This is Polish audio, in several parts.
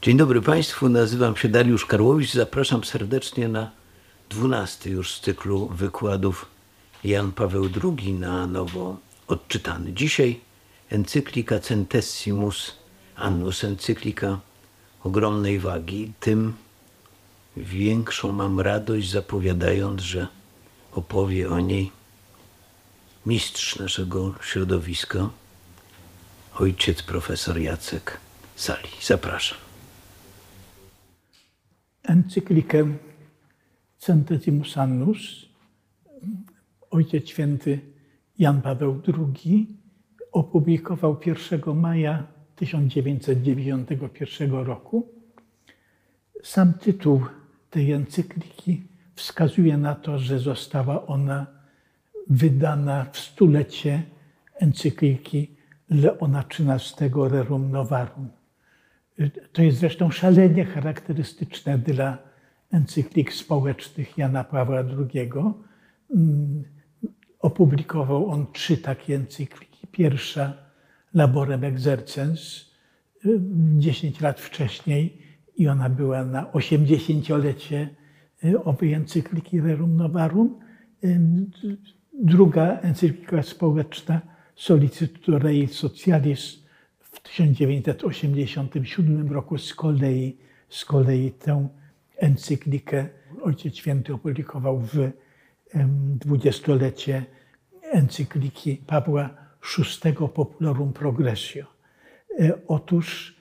Dzień dobry Państwu, nazywam się Dariusz Karłowicz. Zapraszam serdecznie na 12. już z cyklu wykładów Jan Paweł II na nowo odczytany. Dzisiaj encyklika Centesimus Annus, encyklika ogromnej wagi. Tym większą mam radość, zapowiadając, że opowie o niej mistrz naszego środowiska, ojciec profesor Jacek Sali. Zapraszam. Encyklikę Centesimus Annus Ojciec Święty Jan Paweł II opublikował 1 maja 1991 roku. Sam tytuł tej encykliki wskazuje na to, że została ona wydana w stulecie encykliki Leona XIII Rerum Novarum. To jest zresztą szalenie charakterystyczne dla encyklik społecznych Jana Pawła II. Opublikował on 3 takie encykliki. Pierwsza Laborem Exercens 10 lat wcześniej i ona była na 80-lecie owej encykliki Rerum Novarum. Druga encyklika społeczna Sollicitudo Rei Socialis w 1987 roku z kolei tę encyklikę Ojciec Święty opublikował w 20-lecie encykliki Pawła VI Populorum Progressio. Otóż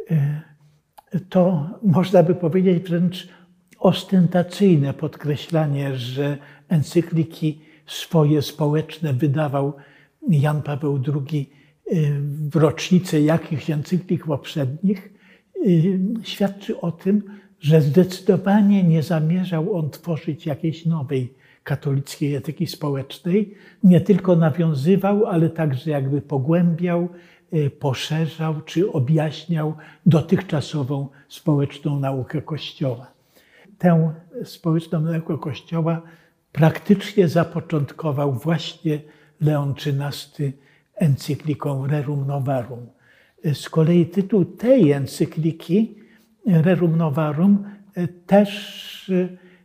to można by powiedzieć wręcz ostentacyjne podkreślanie, że encykliki swoje społeczne wydawał Jan Paweł II w rocznicę jakichś encyklik poprzednich, świadczy o tym, że zdecydowanie nie zamierzał on tworzyć jakiejś nowej katolickiej etyki społecznej. Nie tylko nawiązywał, ale także jakby pogłębiał, poszerzał czy objaśniał dotychczasową społeczną naukę Kościoła. Tę społeczną naukę Kościoła praktycznie zapoczątkował właśnie Leon XIII encykliką Rerum Novarum. Z kolei tytuł tej encykliki Rerum Novarum też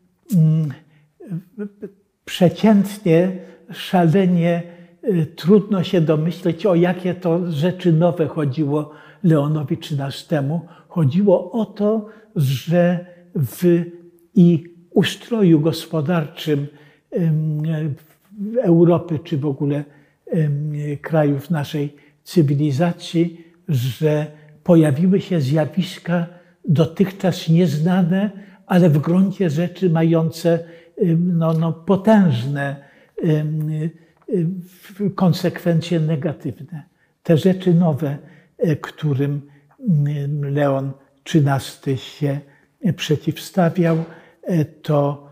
przeciętnie, szalenie trudno się domyśleć, o jakie to rzeczy nowe chodziło Leonowi XIII. Chodziło o to, że w ustroju gospodarczym Europy, czy w ogóle krajów naszej cywilizacji, że pojawiły się zjawiska dotychczas nieznane, ale w gruncie rzeczy mające potężne konsekwencje negatywne. Te rzeczy nowe, którym Leon XIII się przeciwstawiał, to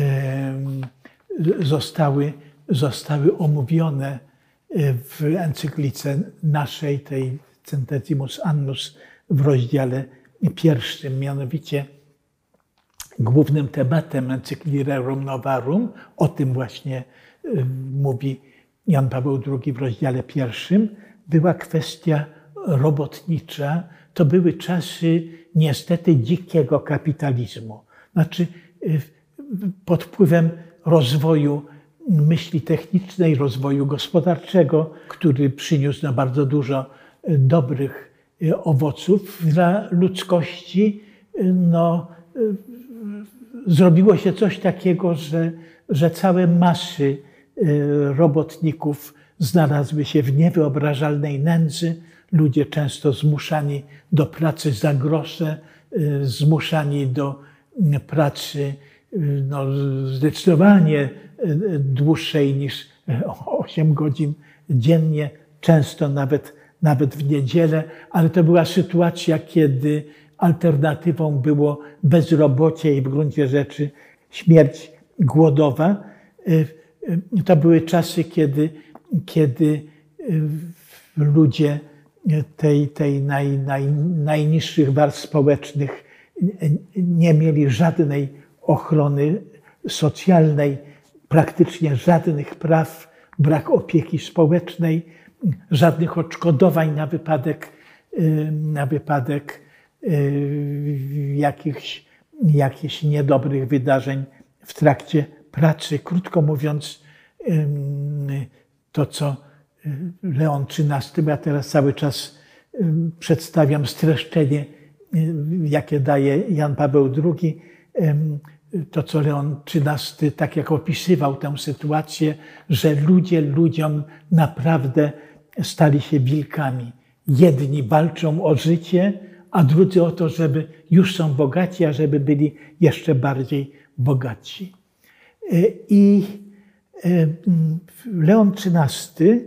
zostały omówione w encyklice naszej, tej Centesimus Annus, w rozdziale 1. Mianowicie głównym tematem encykliki Rerum Novarum, o tym właśnie mówi Jan Paweł II w rozdziale 1, była kwestia robotnicza. To były czasy niestety dzikiego kapitalizmu. Znaczy pod wpływem rozwoju myśli technicznej, rozwoju gospodarczego, który przyniósł bardzo dużo dobrych owoców dla ludzkości, zrobiło się coś takiego, że całe masy robotników znalazły się w niewyobrażalnej nędzy. Ludzie często zmuszani do pracy za grosze, zmuszani do pracy zdecydowanie dłuższej niż 8 godzin dziennie, często nawet w niedzielę, ale to była sytuacja, kiedy alternatywą było bezrobocie i w gruncie rzeczy śmierć głodowa. To były czasy, kiedy ludzie tej najniższych warstw społecznych nie mieli żadnej ochrony socjalnej, praktycznie żadnych praw, brak opieki społecznej, żadnych odszkodowań na wypadek jakichś niedobrych wydarzeń w trakcie pracy. Krótko mówiąc, to co Leon XIII, ja teraz cały czas przedstawiam streszczenie, jakie daje Jan Paweł II, to co Leon XIII tak jak opisywał tę sytuację, że ludzie ludziom naprawdę stali się wilkami. Jedni walczą o życie, a drudzy o to, żeby już są bogaci, a żeby byli jeszcze bardziej bogaci. I Leon XIII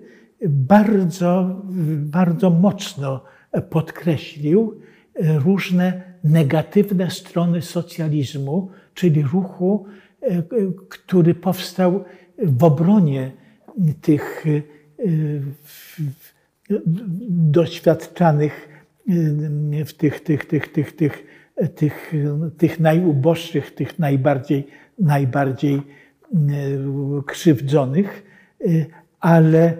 bardzo mocno podkreślił różne negatywne strony socjalizmu, czyli ruchu, który powstał w obronie tych doświadczanych, tych najuboższych, tych najbardziej krzywdzonych, ale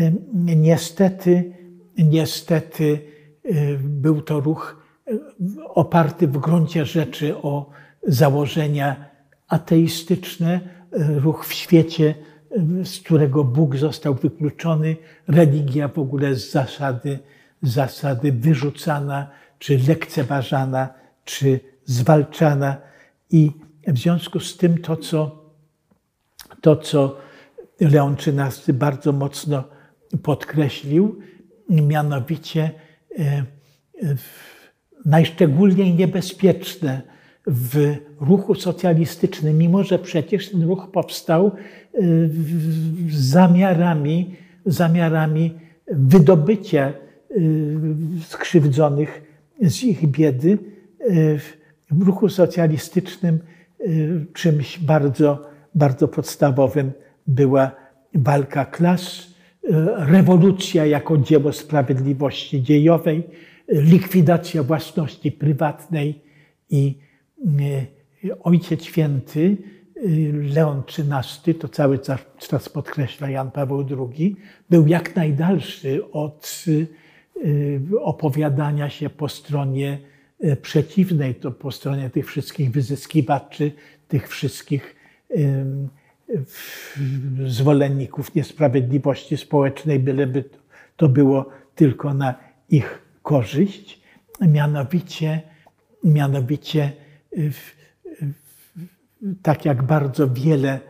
niestety był to ruch oparty w gruncie rzeczy o założenia ateistyczne, ruch w świecie, z którego Bóg został wykluczony, religia w ogóle z zasady wyrzucana, czy lekceważana, czy zwalczana. I w związku z tym to, co Leon XIII bardzo mocno podkreślił, mianowicie najszczególniej niebezpieczne w ruchu socjalistycznym, mimo że przecież ten ruch powstał z zamiarami wydobycia skrzywdzonych z ich biedy. W ruchu socjalistycznym czymś bardzo podstawowym była walka klas, rewolucja jako dzieło sprawiedliwości dziejowej, likwidacja własności prywatnej i Ojciec Święty Leon XIII, to cały czas podkreśla Jan Paweł II, był jak najdalszy od opowiadania się po stronie przeciwnej, to po stronie tych wszystkich wyzyskiwaczy, tych wszystkich zwolenników niesprawiedliwości społecznej, byleby to było tylko na ich korzyść. Mianowicie tak jak bardzo wiele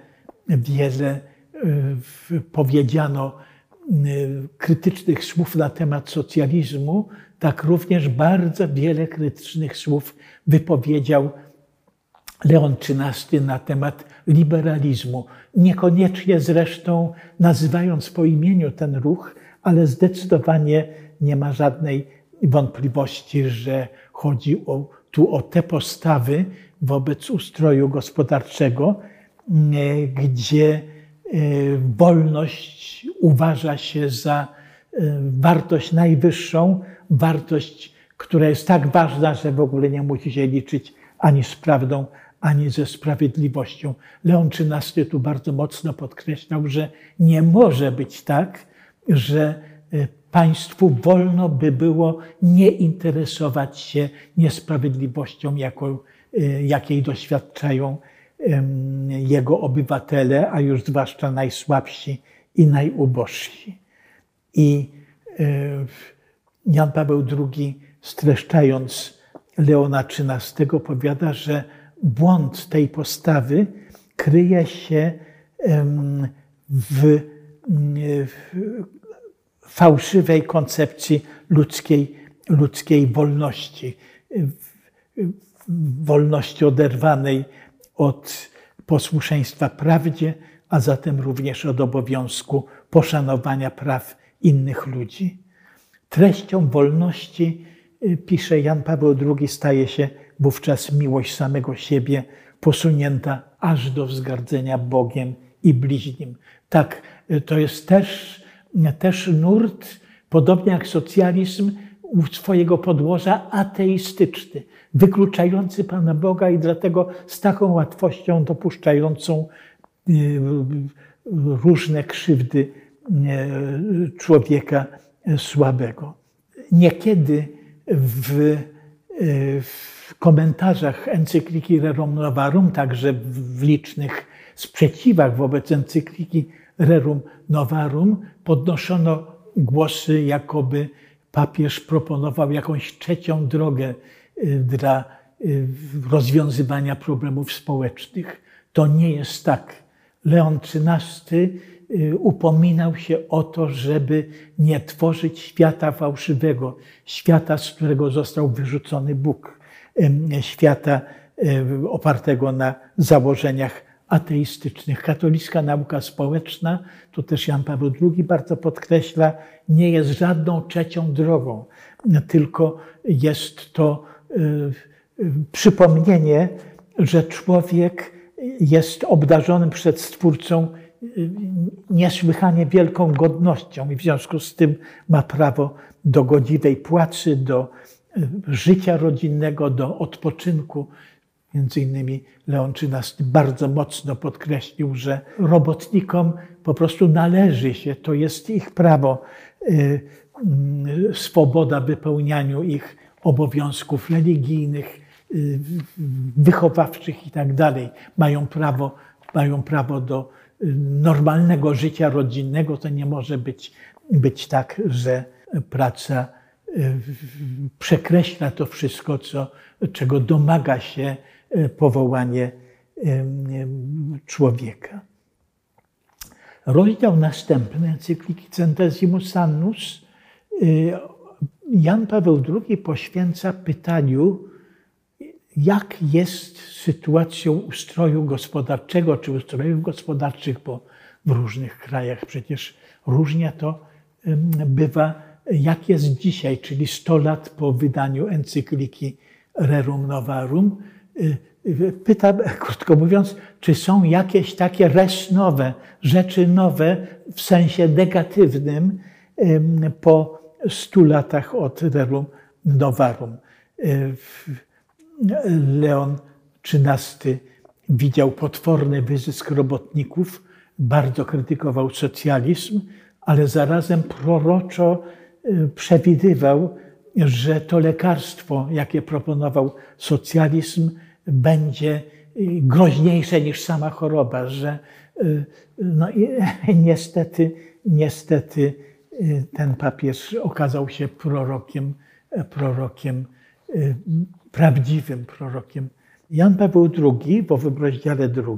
powiedziano krytycznych słów na temat socjalizmu, tak również bardzo wiele krytycznych słów wypowiedział Leon XIII na temat liberalizmu. Niekoniecznie zresztą nazywając po imieniu ten ruch, ale zdecydowanie nie ma żadnej wątpliwości, że chodzi tu o te postawy wobec ustroju gospodarczego, gdzie wolność uważa się za wartość najwyższą, wartość, która jest tak ważna, że w ogóle nie musi się liczyć ani z prawdą, ani ze sprawiedliwością. Leon XIII tu bardzo mocno podkreślał, że nie może być tak, że państwu wolno by było nie interesować się niesprawiedliwością, jakiej doświadczają jego obywatele, a już zwłaszcza najsłabsi i najubożsi. I Jan Paweł II, streszczając Leona XIII, powiada, że błąd tej postawy kryje się w fałszywej koncepcji ludzkiej wolności. Wolności oderwanej od posłuszeństwa prawdzie, a zatem również od obowiązku poszanowania praw innych ludzi. Treścią wolności, pisze Jan Paweł II, staje się wówczas miłość samego siebie, posunięta aż do wzgardzenia Bogiem i bliźnim. Tak, to jest też nurt, podobnie jak socjalizm, u swojego podłoża ateistyczny, wykluczający Pana Boga i dlatego z taką łatwością dopuszczającą różne krzywdy człowieka słabego. Niekiedy w w komentarzach encykliki Rerum Novarum, także w licznych sprzeciwach wobec encykliki Rerum Novarum podnoszono głosy, jakoby papież proponował jakąś trzecią drogę dla rozwiązywania problemów społecznych. To nie jest tak. Leon XIII upominał się o to, żeby nie tworzyć świata fałszywego, świata, z którego został wyrzucony Bóg, świata opartego na założeniach ateistycznych. Katolicka nauka społeczna, to też Jan Paweł II bardzo podkreśla, nie jest żadną trzecią drogą, tylko jest to przypomnienie, że człowiek jest obdarzony przez Stwórcą niesłychanie wielką godnością i w związku z tym ma prawo do godziwej płacy, do życia rodzinnego, do odpoczynku. Między innymi Leon XIII bardzo mocno podkreślił, że robotnikom po prostu należy się, to jest ich prawo, swoboda w wypełnianiu ich obowiązków religijnych, wychowawczych i tak dalej. Mają prawo do normalnego życia rodzinnego. To nie może być tak, że praca przekreśla to wszystko, czego domaga się powołanie człowieka. Rozdział następny encykliki Centesimus Annus Jan Paweł II poświęca pytaniu, jak jest sytuacją ustroju gospodarczego czy ustrojów gospodarczych, bo w różnych krajach przecież różnie to bywa, jak jest dzisiaj, czyli 100 lat po wydaniu encykliki Rerum Novarum. Pyta, krótko mówiąc, czy są jakieś takie res nowe, rzeczy nowe w sensie negatywnym po 100 latach od Rerum Novarum. Leon XIII widział potworny wyzysk robotników, bardzo krytykował socjalizm, ale zarazem proroczo przewidywał, że to lekarstwo, jakie proponował socjalizm, będzie groźniejsze niż sama choroba, że no i niestety ten papież okazał się prorokiem prawdziwym prorokiem. Jan Paweł II w owym rozdziale 2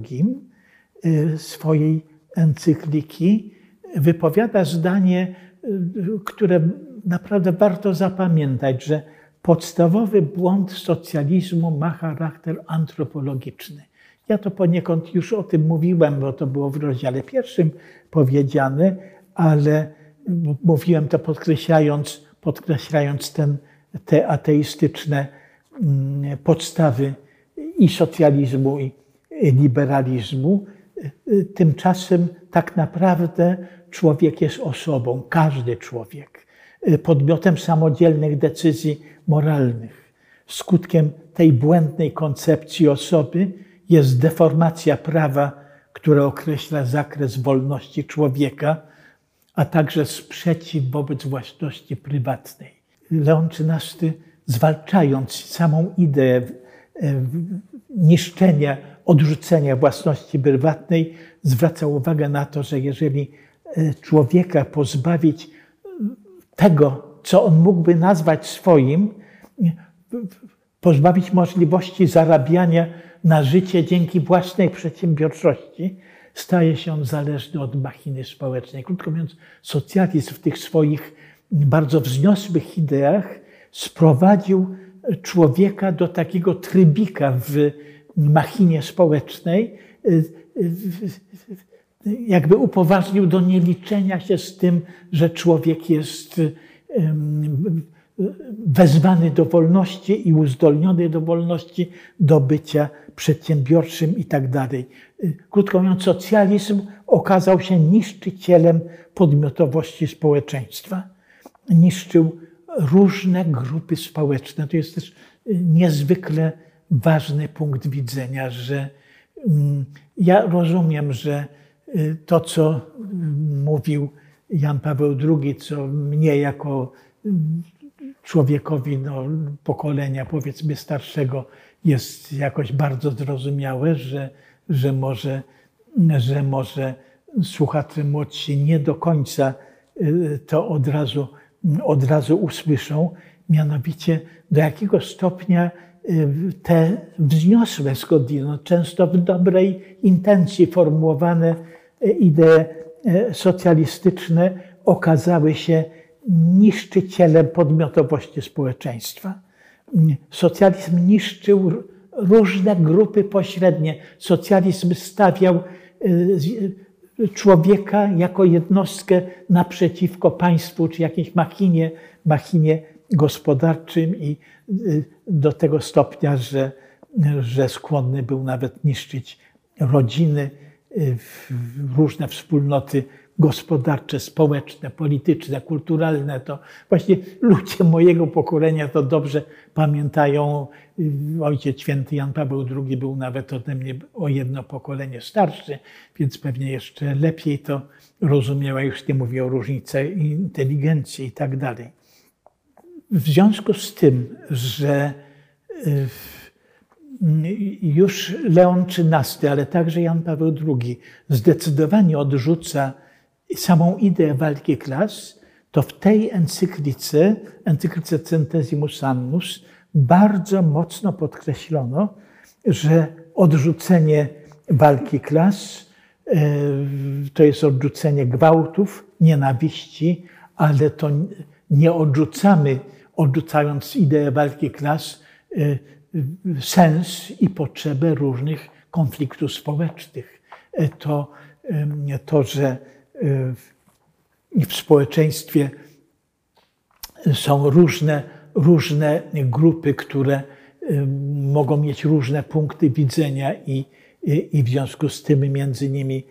swojej encykliki wypowiada zdanie, które naprawdę warto zapamiętać, że podstawowy błąd socjalizmu ma charakter antropologiczny. Ja to poniekąd już o tym mówiłem, bo to było w rozdziale 1 powiedziane, ale mówiłem to podkreślając te ateistyczne podstawy i socjalizmu, i liberalizmu. Tymczasem tak naprawdę człowiek jest osobą, każdy człowiek, podmiotem samodzielnych decyzji moralnych. Skutkiem tej błędnej koncepcji osoby jest deformacja prawa, które określa zakres wolności człowieka, a także sprzeciw wobec własności prywatnej. Leon XIII, zwalczając samą ideę niszczenia, odrzucenia własności prywatnej, zwraca uwagę na to, że jeżeli człowieka pozbawić tego, co on mógłby nazwać swoim, pozbawić możliwości zarabiania na życie dzięki własnej przedsiębiorczości, staje się on zależny od machiny społecznej. Krótko mówiąc, socjalizm w tych swoich bardzo wzniosłych ideach sprowadził człowieka do takiego trybika w machinie społecznej, jakby upoważnił do nieliczenia się z tym, że człowiek jest wezwany do wolności i uzdolniony do wolności, do bycia przedsiębiorczym i tak dalej. Krótko mówiąc, socjalizm okazał się niszczycielem podmiotowości społeczeństwa. Niszczył różne grupy społeczne. To jest też niezwykle ważny punkt widzenia, że ja rozumiem, że to, co mówił Jan Paweł II, co mnie jako człowiekowi pokolenia, powiedzmy, starszego jest jakoś bardzo zrozumiałe, że może słuchacze młodsi nie do końca to od razu usłyszą, mianowicie do jakiego stopnia te wzniosłe skądinąd, często w dobrej intencji formułowane idee socjalistyczne okazały się niszczycielem podmiotowości społeczeństwa. Socjalizm niszczył różne grupy pośrednie. Socjalizm stawiał człowieka jako jednostkę naprzeciwko państwu czy jakiejś machinie gospodarczym i do tego stopnia, że skłonny był nawet niszczyć rodziny, różne wspólnoty gospodarcze, społeczne, polityczne, kulturalne. To właśnie ludzie mojego pokolenia to dobrze pamiętają. Ojciec Święty Jan Paweł II był nawet ode mnie o jedno pokolenie starszy, więc pewnie jeszcze lepiej to rozumiała, już nie mówię o różnicy inteligencji i tak dalej. W związku z tym, że już Leon XIII, ale także Jan Paweł II zdecydowanie odrzuca samą ideę walki klas, to w tej encyklice Centesimus Annus, bardzo mocno podkreślono, że odrzucenie walki klas to jest odrzucenie gwałtów, nienawiści, ale to nie odrzucając ideę walki klas, sens i potrzebę różnych konfliktów społecznych. To, że w społeczeństwie są różne grupy, które mogą mieć różne punkty widzenia i w związku z tym między nimi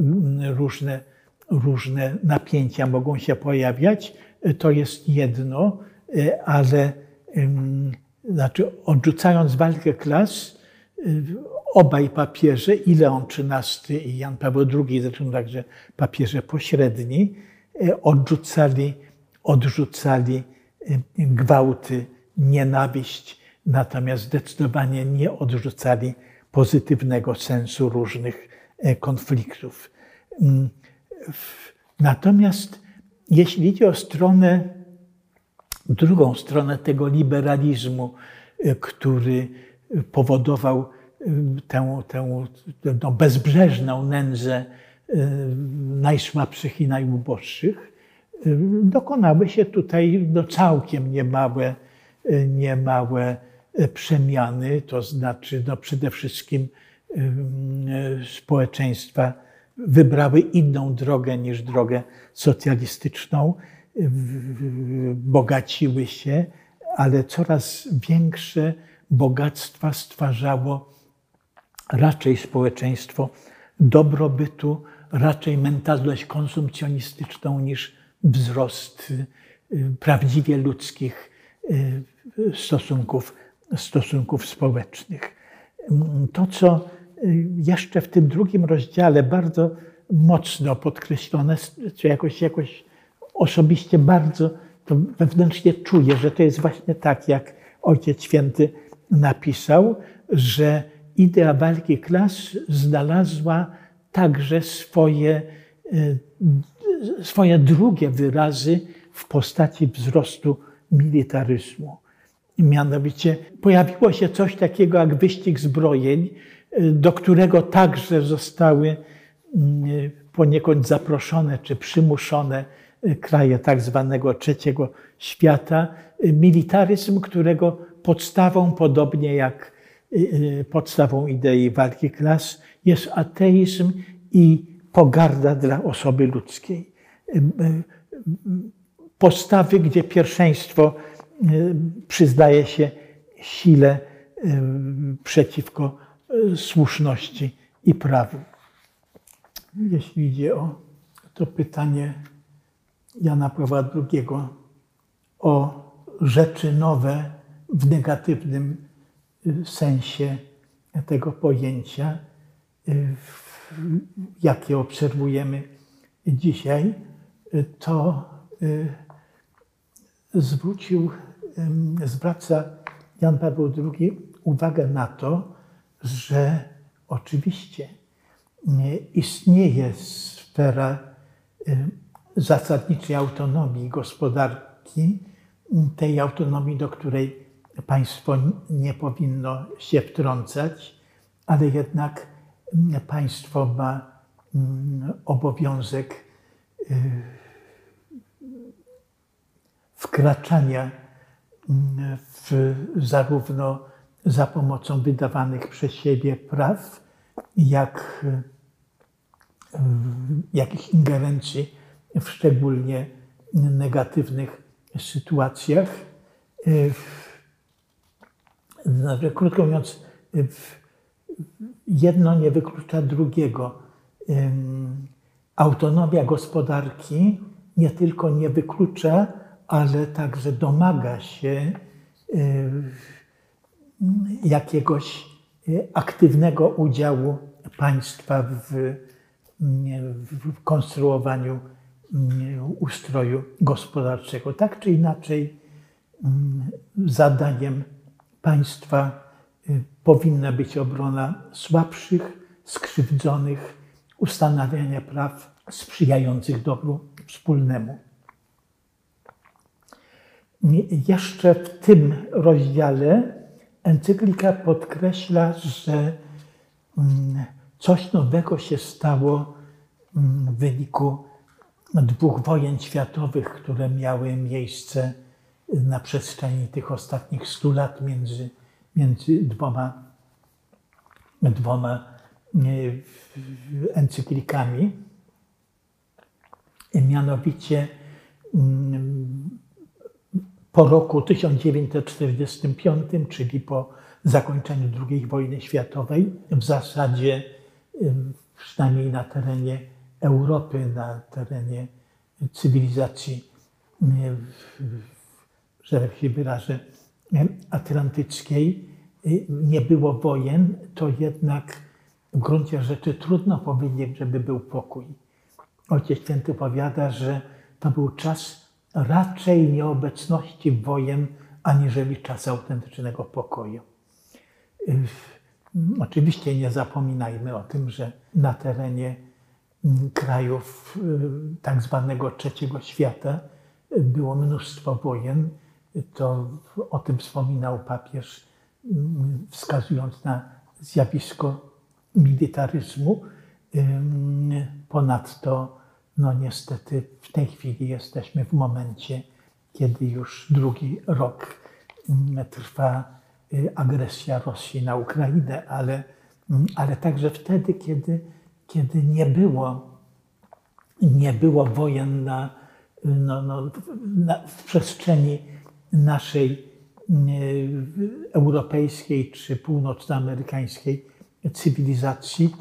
różne napięcia mogą się pojawiać. To jest jedno, ale znaczy odrzucając walkę klas, obaj papieże, i Leon XIII i Jan Paweł II, zresztą także papieże pośredni, odrzucali gwałty, nienawiść, natomiast zdecydowanie nie odrzucali pozytywnego sensu różnych konfliktów. Natomiast jeśli idzie o drugą stronę tego liberalizmu, który powodował tę bezbrzeżną nędzę najsłabszych i najuboższych, dokonały się tutaj całkiem niemałe przemiany, to znaczy przede wszystkim społeczeństwa wybrały inną drogę niż drogę socjalistyczną, bogaciły się, ale coraz większe bogactwa stwarzało raczej społeczeństwo dobrobytu, raczej mentalność konsumpcjonistyczną niż wzrost prawdziwie ludzkich stosunków społecznych. To, co jeszcze w tym drugim rozdziale bardzo mocno podkreślone, czy jakoś osobiście bardzo to wewnętrznie czuję, że to jest właśnie tak, jak Ojciec Święty napisał, że idea walki klas znalazła także swoje drugie wyrazy w postaci wzrostu militaryzmu. Mianowicie pojawiło się coś takiego jak wyścig zbrojeń, do którego także zostały poniekąd zaproszone czy przymuszone kraje tak zwanego trzeciego świata. Militaryzm, którego podstawą, podobnie jak podstawą idei walki klas, jest ateizm i pogarda dla osoby ludzkiej. Postawy, gdzie pierwszeństwo przyznaje się sile przeciwko słuszności i prawu. Jeśli idzie o to pytanie Jana Pawła II o rzeczy nowe w negatywnym sensie tego pojęcia, jakie obserwujemy dzisiaj, to zwrócił zwraca Jan Paweł II uwagę na to, że oczywiście istnieje sfera zasadniczej autonomii gospodarki, tej autonomii, do której państwo nie powinno się wtrącać, ale jednak państwo ma obowiązek wkraczania zarówno za pomocą wydawanych przez siebie praw, jak jakichś ingerencji w szczególnie negatywnych sytuacjach. Krótko mówiąc, jedno nie wyklucza drugiego. Autonomia gospodarki nie tylko nie wyklucza, ale także domaga się jakiegoś aktywnego udziału państwa w konstruowaniu ustroju gospodarczego. Tak czy inaczej, zadaniem państwa powinna być obrona słabszych, skrzywdzonych, ustanawianie praw sprzyjających dobru wspólnemu. Jeszcze w tym rozdziale encyklika podkreśla, że coś nowego się stało w wyniku 2 wojen światowych, które miały miejsce na przestrzeni tych ostatnich 100 lat między dwoma encyklikami. Mianowicie po roku 1945, czyli po zakończeniu II wojny światowej, w zasadzie przynajmniej na terenie Europy, na terenie cywilizacji, że tak się wyrażę, atlantyckiej, nie było wojen, to jednak w gruncie rzeczy trudno powiedzieć, żeby był pokój. Ojciec Święty powiada, że to był czas raczej nieobecności wojen, aniżeli czas autentycznego pokoju. Oczywiście nie zapominajmy o tym, że na terenie krajów tak zwanego trzeciego świata było mnóstwo wojen. To o tym wspominał papież, wskazując na zjawisko militaryzmu. Ponadto, no niestety w tej chwili jesteśmy w momencie, kiedy już 2. rok trwa agresja Rosji na Ukrainę, ale także wtedy, kiedy nie było wojen w przestrzeni naszej europejskiej czy północnoamerykańskiej cywilizacji,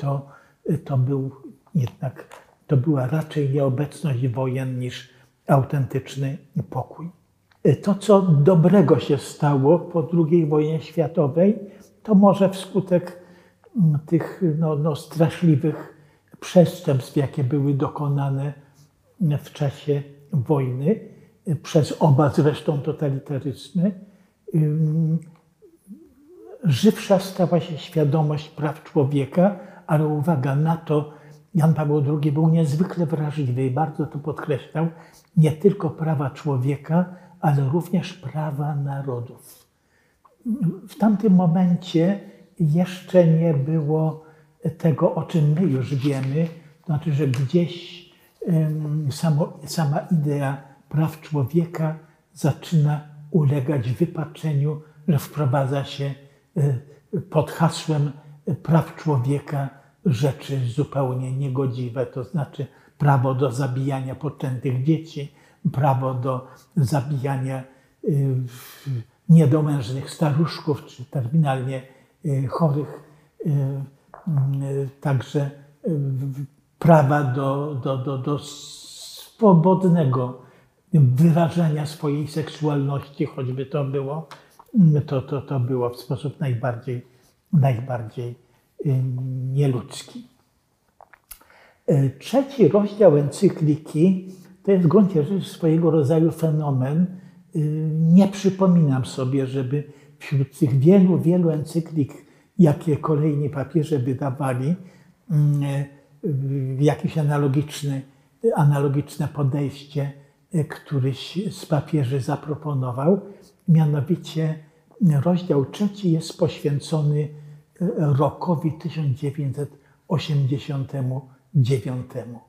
to była raczej nieobecność wojen niż autentyczny pokój. To, co dobrego się stało po II wojnie światowej, to może wskutek tych straszliwych przestępstw, jakie były dokonane w czasie wojny, przez oba zresztą totalitaryzmy, żywsza stała się świadomość praw człowieka, ale uwaga na to, Jan Paweł II był niezwykle wrażliwy i bardzo to podkreślał, nie tylko prawa człowieka, ale również prawa narodów. W tamtym momencie jeszcze nie było tego, o czym my już wiemy, to znaczy, że gdzieś sama idea praw człowieka zaczyna ulegać wypaczeniu, że wprowadza się pod hasłem praw człowieka rzeczy zupełnie niegodziwe, to znaczy prawo do zabijania poczętych dzieci, prawo do zabijania niedomężnych staruszków czy terminalnie chorych, także prawa do swobodnego wyrażania swojej seksualności, choćby to było w sposób najbardziej nieludzki. 3. rozdział encykliki to jest w gruncie rzeczy swojego rodzaju fenomen, nie przypominam sobie, żeby wśród tych wielu, wielu encyklik, jakie kolejni papieże wydawali, jakieś analogiczne podejście któryś z papieży zaproponował. Mianowicie rozdział 3 jest poświęcony rokowi 1989,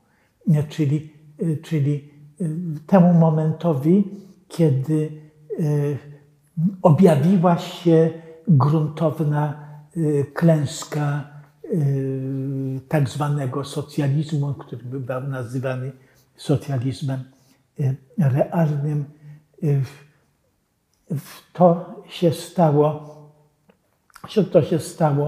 czyli temu momentowi, kiedy objawiła się gruntowna klęska tak zwanego socjalizmu, który był nazywany socjalizmem realnym. To się stało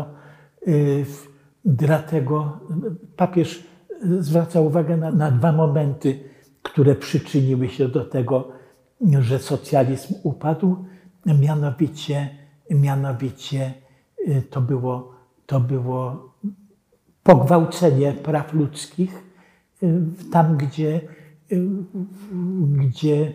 dlatego papież zwraca uwagę na dwa momenty, które przyczyniły się do tego, że socjalizm upadł. Mianowicie to było pogwałcenie praw ludzkich tam, gdzie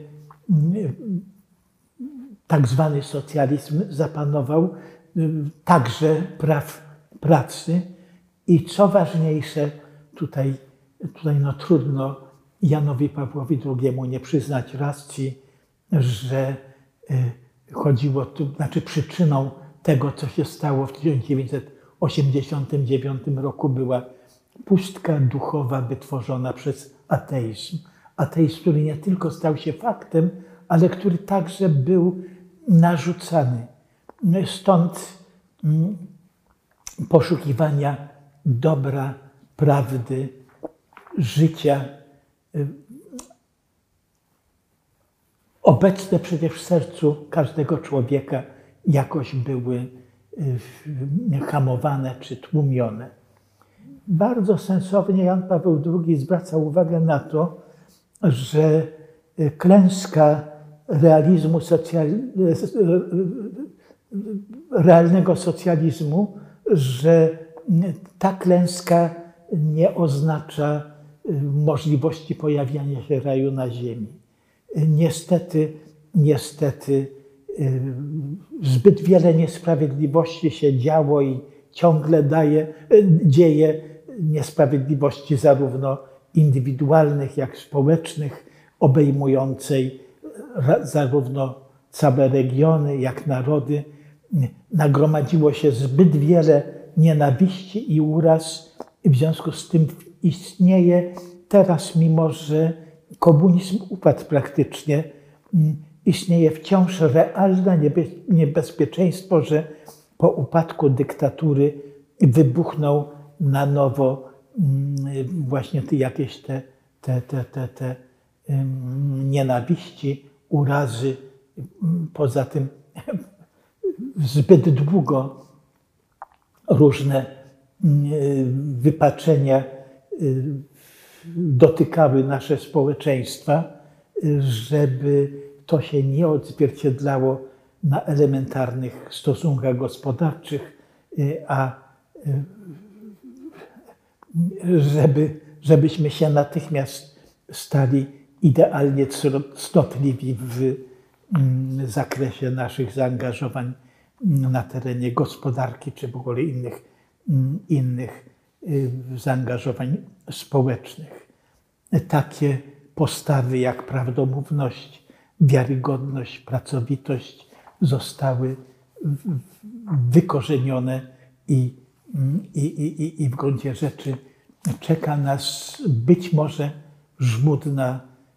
tak zwany socjalizm zapanował, także praw pracy. I co ważniejsze, tutaj trudno Janowi Pawłowi II nie przyznać racji, że chodziło tu, przyczyną tego, co się stało w 1989 roku, była pustka duchowa wytworzona przez ateizm. Ateizm, który nie tylko stał się faktem, ale który także był narzucany. Stąd poszukiwania dobra, prawdy, życia, obecne przecież w sercu każdego człowieka, jakoś były hamowane czy tłumione. Bardzo sensownie Jan Paweł II zwraca uwagę na to, że klęska realnego socjalizmu, że ta klęska nie oznacza możliwości pojawiania się raju na ziemi. Niestety zbyt wiele niesprawiedliwości się działo i ciągle dzieje, niesprawiedliwości zarówno indywidualnych, jak i społecznych, obejmującej zarówno całe regiony, jak narody. Nagromadziło się zbyt wiele nienawiści i uraz. W związku z tym istnieje teraz, mimo że komunizm upadł praktycznie, istnieje wciąż realne niebezpieczeństwo, że po upadku dyktatury wybuchną na nowo właśnie jakieś te nienawiści, urazy. Poza tym zbyt długo różne wypaczenia dotykały nasze społeczeństwa, żeby to się nie odzwierciedlało na elementarnych stosunkach gospodarczych, a żebyśmy się natychmiast stali idealnie cnotliwi w zakresie naszych zaangażowań na terenie gospodarki czy w ogóle innych zaangażowań społecznych. Takie postawy jak prawdomówność, wiarygodność, pracowitość zostały wykorzenione i w gruncie rzeczy czeka nas być może żmudna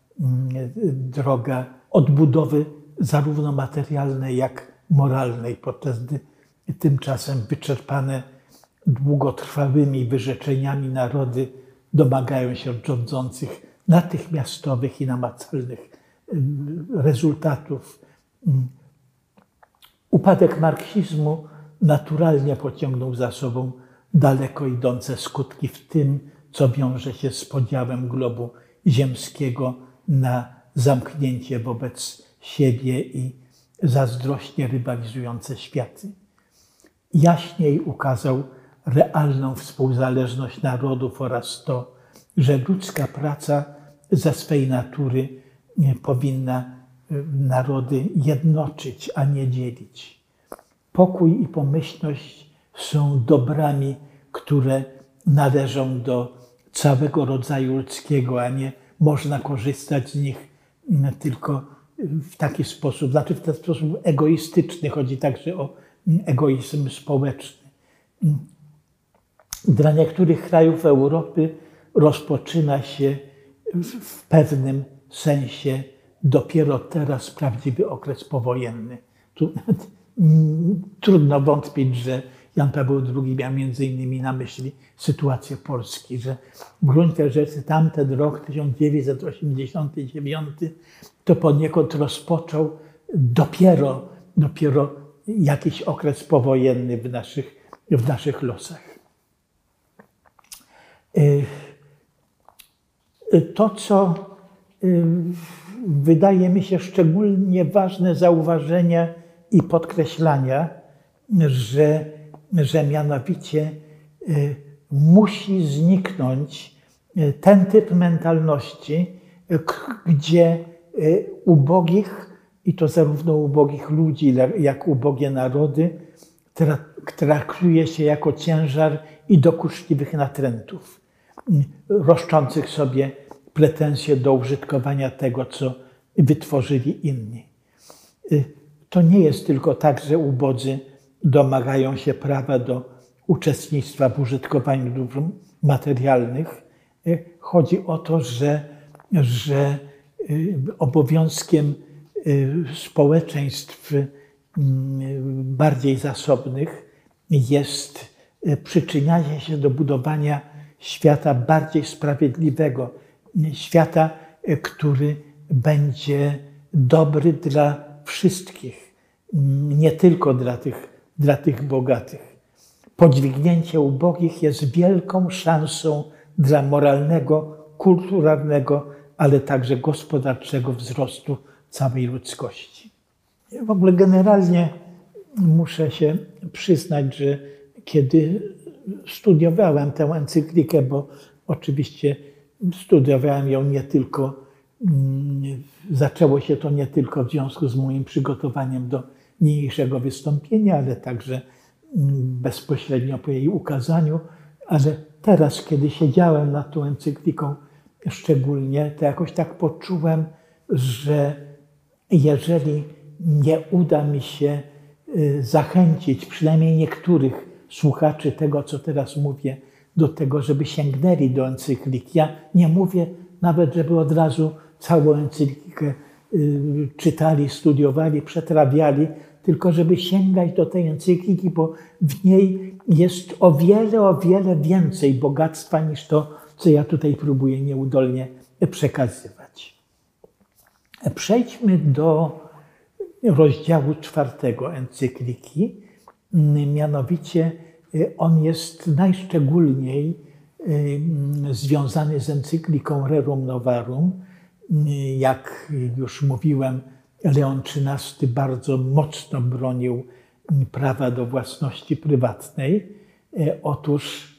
droga odbudowy zarówno materialnej, jak moralnej, podczas gdy tymczasem wyczerpane długotrwałymi wyrzeczeniami narody domagają się od rządzących natychmiastowych i namacalnych rezultatów. Upadek marksizmu naturalnie pociągnął za sobą daleko idące skutki w tym, co wiąże się z podziałem globu ziemskiego na zamknięcie wobec siebie i zazdrośnie rywalizujące światy. Jaśniej ukazał realną współzależność narodów oraz to, że ludzka praca ze swej natury powinna narody jednoczyć, a nie dzielić. Pokój i pomyślność są dobrami, które należą do całego rodzaju ludzkiego, a nie można korzystać z nich tylko w taki sposób, znaczy w ten sposób egoistyczny. Chodzi także o egoizm społeczny. Dla niektórych krajów Europy rozpoczyna się w pewnym sensie dopiero teraz prawdziwy okres powojenny. Trudno wątpić, że Jan Paweł II miał między innymi na myśli sytuację Polski, że w gruncie rzeczy tamten rok 1989 to poniekąd rozpoczął dopiero jakiś okres powojenny w naszych losach. To, co wydaje mi się szczególnie ważne zauważenia i podkreślania, że mianowicie musi zniknąć ten typ mentalności, gdzie ubogich, i to zarówno ubogich ludzi, jak ubogie narody, traktuje się jako ciężar i dokuczliwych natrętów, roszczących sobie pretensje do użytkowania tego, co wytworzyli inni. To nie jest tylko tak, że ubodzy domagają się prawa do uczestnictwa w użytkowaniu dóbr materialnych. Chodzi o to, że obowiązkiem społeczeństw bardziej zasobnych jest przyczynianie się do budowania świata bardziej sprawiedliwego, świata, który będzie dobry dla wszystkich, nie tylko dla tych bogatych. Podźwignięcie ubogich jest wielką szansą dla moralnego, kulturalnego, ale także gospodarczego wzrostu całej ludzkości. W ogóle generalnie muszę się przyznać, że kiedy studiowałem tę encyklikę, bo oczywiście studiowałem ją nie tylko, zaczęło się to nie tylko w związku z moim przygotowaniem do niniejszego wystąpienia, ale także bezpośrednio po jej ukazaniu, ale teraz, kiedy siedziałem nad tą encykliką szczególnie, to jakoś tak poczułem, że jeżeli nie uda mi się zachęcić przynajmniej niektórych słuchaczy tego, co teraz mówię, do tego, żeby sięgnęli do encykliki. Ja nie mówię nawet, żeby od razu całą encyklikę czytali, studiowali, przetrawiali, tylko żeby sięgać do tej encykliki, bo w niej jest o wiele więcej bogactwa niż to, co ja tutaj próbuję nieudolnie przekazywać. Przejdźmy do rozdziału 4 encykliki. Mianowicie on jest najszczególniej związany z encykliką Rerum Novarum. Jak już mówiłem, Leon XIII bardzo mocno bronił prawa do własności prywatnej. Otóż,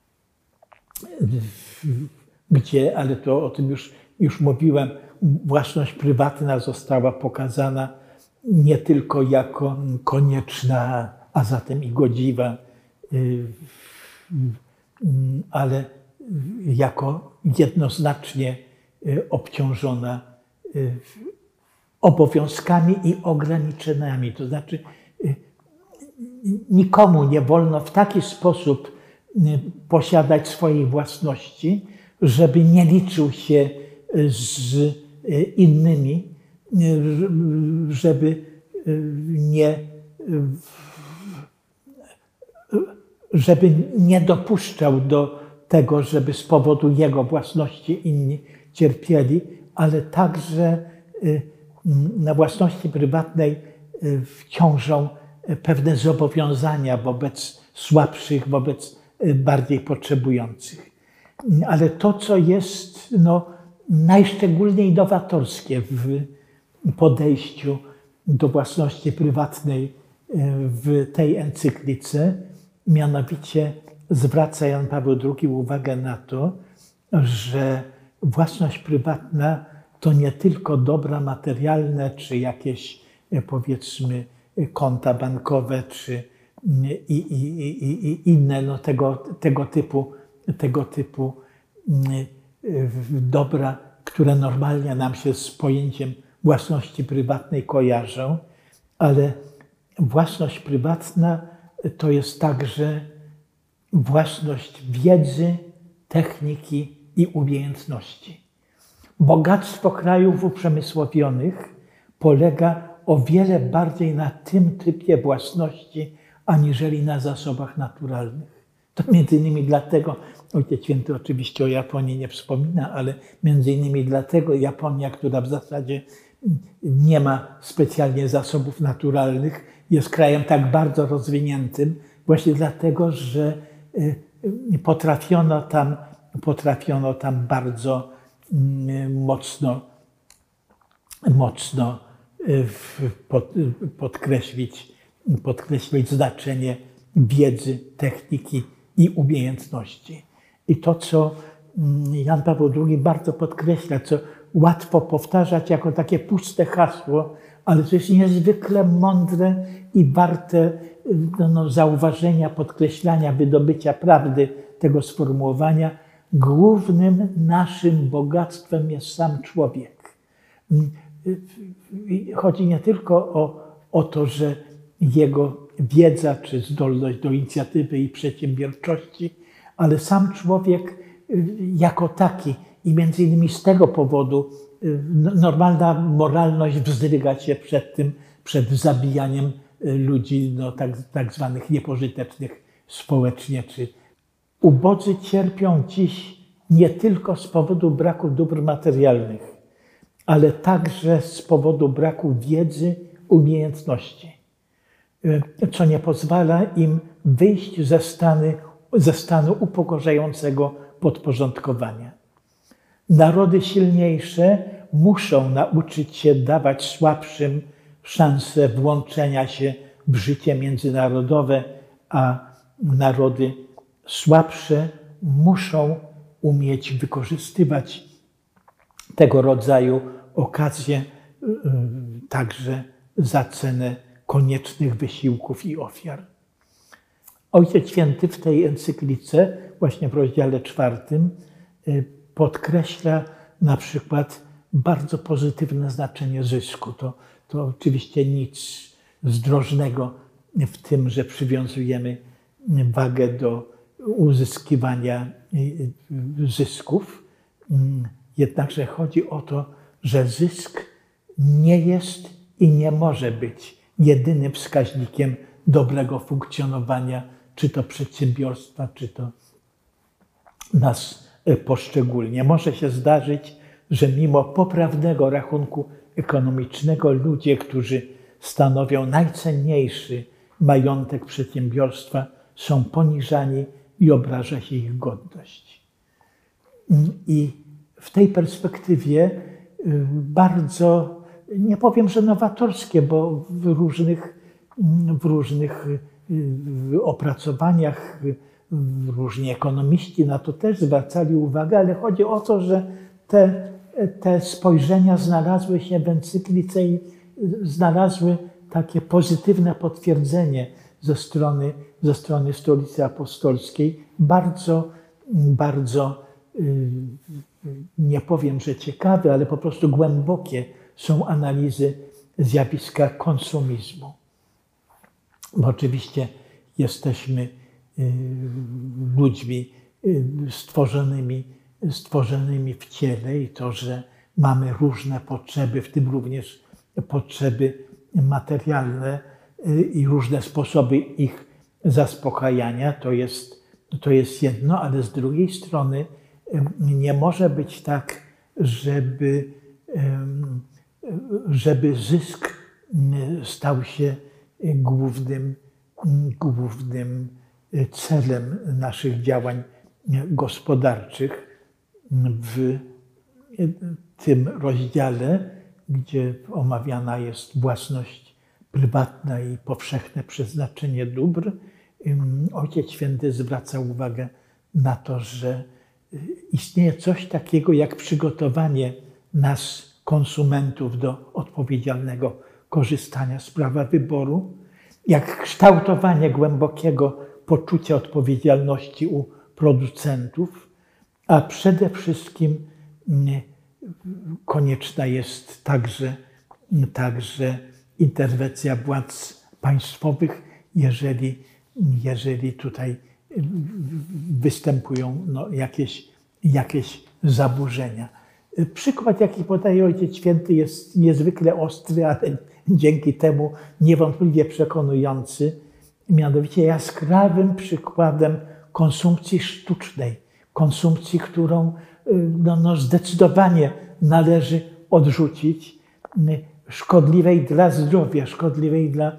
ale to o tym już mówiłem, własność prywatna została pokazana nie tylko jako konieczna, a zatem i godziwa, ale jako jednoznacznie obciążona obowiązkami i ograniczeniami. To znaczy nikomu nie wolno w taki sposób posiadać swojej własności, żeby nie liczył się z innymi, żeby nie dopuszczał do tego, żeby z powodu jego własności inni cierpieli, ale także na własności prywatnej ciążą pewne zobowiązania wobec słabszych, wobec bardziej potrzebujących. Ale to, co jest najszczególniej nowatorskie w podejściu do własności prywatnej w tej encyklice, mianowicie zwraca Jan Paweł II uwagę na to, że własność prywatna to nie tylko dobra materialne, czy jakieś, powiedzmy, konta bankowe, czy i inne no, tego typu dobra, które normalnie nam się z pojęciem własności prywatnej kojarzą, ale własność prywatna to jest także własność wiedzy, techniki i umiejętności. Bogactwo krajów uprzemysłowionych polega o wiele bardziej na tym typie własności, aniżeli na zasobach naturalnych. To między innymi dlatego, Ojciec Święty oczywiście o Japonii nie wspomina, ale między innymi dlatego Japonia, która w zasadzie nie ma specjalnie zasobów naturalnych, jest krajem tak bardzo rozwiniętym, właśnie dlatego, że potrafiono tam bardzo mocno podkreślić znaczenie wiedzy, techniki i umiejętności. I to, co Jan Paweł II bardzo podkreśla, co łatwo powtarzać jako takie puste hasło, ale to jest niezwykle mądre i warte zauważenia, podkreślania, wydobycia prawdy tego sformułowania. Głównym naszym bogactwem jest sam człowiek. Chodzi nie tylko o to, że jego wiedza czy zdolność do inicjatywy i przedsiębiorczości, ale sam człowiek jako taki i między innymi z tego powodu normalna moralność wzdryga się przed zabijaniem ludzi tak zwanych niepożytecznych społecznie. Ubodzy cierpią dziś nie tylko z powodu braku dóbr materialnych, ale także z powodu braku wiedzy, umiejętności, co nie pozwala im wyjść ze stanu upokarzającego podporządkowania. Narody silniejsze muszą nauczyć się dawać słabszym szansę włączenia się w życie międzynarodowe, a narody słabsze muszą umieć wykorzystywać tego rodzaju okazje także za cenę koniecznych wysiłków i ofiar. Ojciec Święty w tej encyklice, właśnie w rozdziale 4, podkreśla na przykład bardzo pozytywne znaczenie zysku. To oczywiście nic zdrożnego w tym, że przywiązujemy wagę do uzyskiwania zysków. Jednakże chodzi o to, że zysk nie jest i nie może być jedynym wskaźnikiem dobrego funkcjonowania, czy to przedsiębiorstwa, czy to nas poszczególnie. Może się zdarzyć, że mimo poprawnego rachunku ekonomicznego ludzie, którzy stanowią najcenniejszy majątek przedsiębiorstwa, są poniżani i obraża się ich godność. I w tej perspektywie bardzo, nie powiem, że nowatorskie, bo w różnych opracowaniach różni ekonomiści na to też zwracali uwagę, ale chodzi o to, że te spojrzenia znalazły się w encyklice i znalazły takie pozytywne potwierdzenie ze strony Stolicy Apostolskiej. Bardzo, nie powiem, że ciekawe, ale po prostu głębokie są analizy zjawiska konsumizmu. Bo oczywiście jesteśmy ludźmi stworzonymi w ciele i to, że mamy różne potrzeby, w tym również potrzeby materialne i różne sposoby ich zaspokajania, to jest jedno, ale z drugiej strony nie może być tak, żeby zysk stał się głównym celem naszych działań gospodarczych. W tym rozdziale, gdzie omawiana jest własność prywatna i powszechne przeznaczenie dóbr, Ojciec Święty zwraca uwagę na to, że istnieje coś takiego jak przygotowanie nas konsumentów do odpowiedzialnego korzystania z prawa wyboru, jak kształtowanie głębokiego poczucia odpowiedzialności u producentów, a przede wszystkim konieczna jest także interwencja władz państwowych, jeżeli tutaj występują jakieś zaburzenia. Przykład, jaki podaje Ojciec Święty, jest niezwykle ostry, ale dzięki temu niewątpliwie przekonujący. Mianowicie jaskrawym przykładem konsumpcji sztucznej, konsumpcji, którą zdecydowanie należy odrzucić, szkodliwej dla zdrowia, szkodliwej dla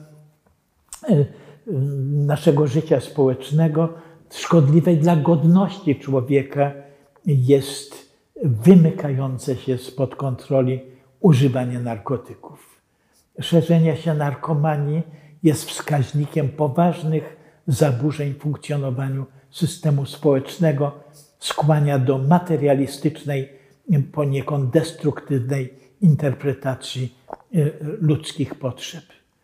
naszego życia społecznego, szkodliwej dla godności człowieka, jest wymykające się spod kontroli używanie narkotyków. Szerzenie się narkomanii jest wskaźnikiem poważnych zaburzeń w funkcjonowaniu systemu społecznego, skłania do materialistycznej, poniekąd destruktywnej interpretacji ludzkich potrzeb.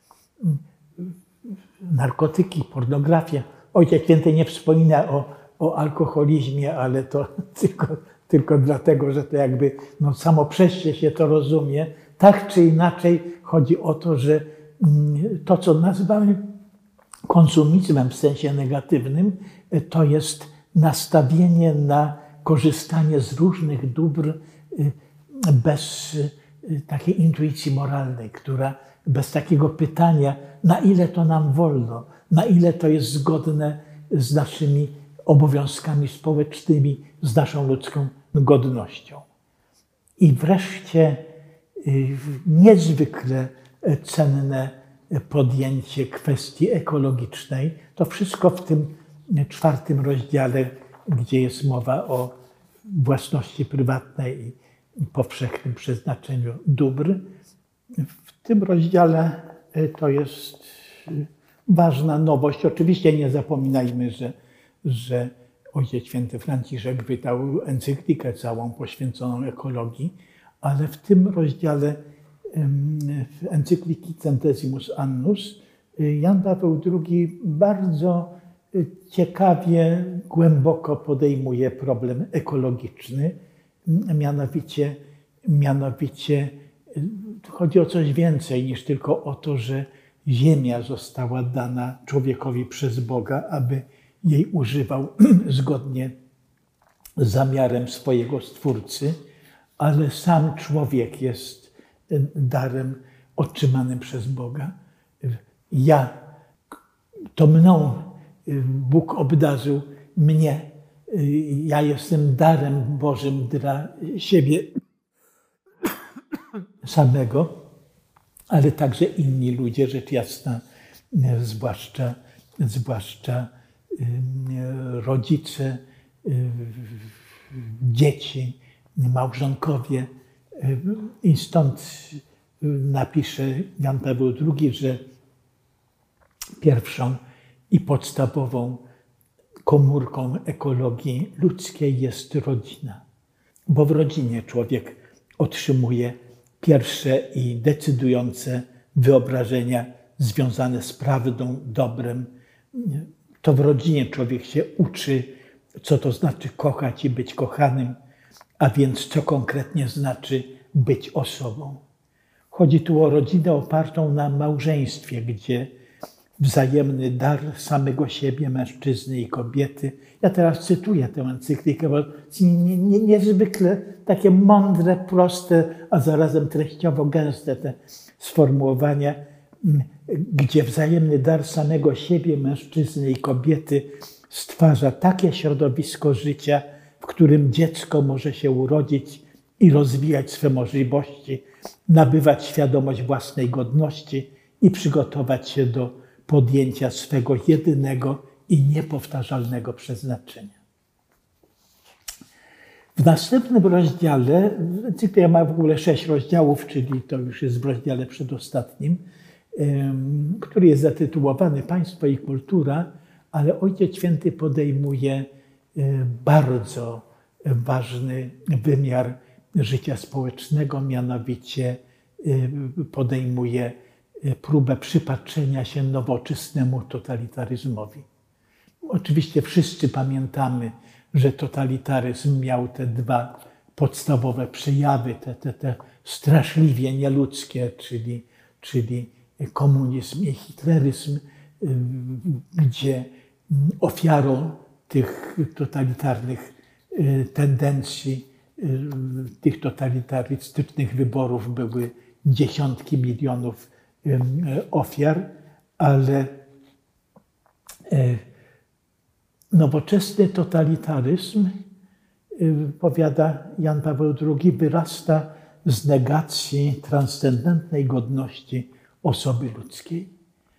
Narkotyki, pornografia. Ojciec Święty nie wspomina o alkoholizmie, ale to tylko dlatego, że to jakby samo przez się to rozumie. Tak czy inaczej chodzi o to, że to, co nazywamy konsumizmem w sensie negatywnym, to jest nastawienie na korzystanie z różnych dóbr bez takiej intuicji moralnej, bez takiego pytania, na ile to nam wolno, na ile to jest zgodne z naszymi obowiązkami społecznymi, z naszą ludzką godnością. I wreszcie niezwykle cenne podjęcie kwestii ekologicznej. To wszystko w tym 4 rozdziale, gdzie jest mowa o własności prywatnej i powszechnym przeznaczeniu dóbr. W tym rozdziale to jest ważna nowość. Oczywiście nie zapominajmy, że Ojciec Święty Franciszek wydał encyklikę całą poświęconą ekologii, ale w tym rozdziale w encykliki Centesimus Annus Jan Paweł II bardzo ciekawie, głęboko podejmuje problem ekologiczny. Mianowicie chodzi o coś więcej niż tylko o to, że ziemia została dana człowiekowi przez Boga, aby jej używał zgodnie z zamiarem swojego Stwórcy, ale sam człowiek jest darem otrzymanym przez Boga. Mną Bóg obdarzył mnie. Ja jestem darem Bożym dla siebie samego, ale także inni ludzie, rzecz jasna, zwłaszcza rodzice, dzieci, małżonkowie. I stąd napisze Jan Paweł II, że pierwszą i podstawową komórką ekologii ludzkiej jest rodzina. Bo w rodzinie człowiek otrzymuje pierwsze i decydujące wyobrażenia związane z prawdą, dobrem. To w rodzinie człowiek się uczy, co to znaczy kochać i być kochanym, a więc co konkretnie znaczy być osobą. Chodzi tu o rodzinę opartą na małżeństwie, gdzie wzajemny dar samego siebie, mężczyzny i kobiety. Ja teraz cytuję tę encyklikę, bo niezwykle takie mądre, proste, a zarazem treściowo gęste te sformułowania, gdzie wzajemny dar samego siebie, mężczyzny i kobiety stwarza takie środowisko życia, w którym dziecko może się urodzić i rozwijać swe możliwości, nabywać świadomość własnej godności i przygotować się do podjęcia swego jedynego i niepowtarzalnego przeznaczenia. W następnym rozdziale, encyklika ma w ogóle 6 rozdziałów, czyli to już jest w rozdziale przedostatnim, który jest zatytułowany Państwo i kultura, ale Ojciec Święty podejmuje bardzo ważny wymiar życia społecznego, mianowicie podejmuje próbę przypatrzenia się nowoczesnemu totalitaryzmowi. Oczywiście wszyscy pamiętamy, że totalitaryzm miał te dwa podstawowe przejawy, te straszliwie nieludzkie, czyli komunizm i hitleryzm, gdzie ofiarą tych totalitarnych tendencji, tych totalitarystycznych wyborów były dziesiątki milionów ofiar, ale nowoczesny totalitaryzm, powiada Jan Paweł II, wyrasta z negacji transcendentnej godności osoby ludzkiej.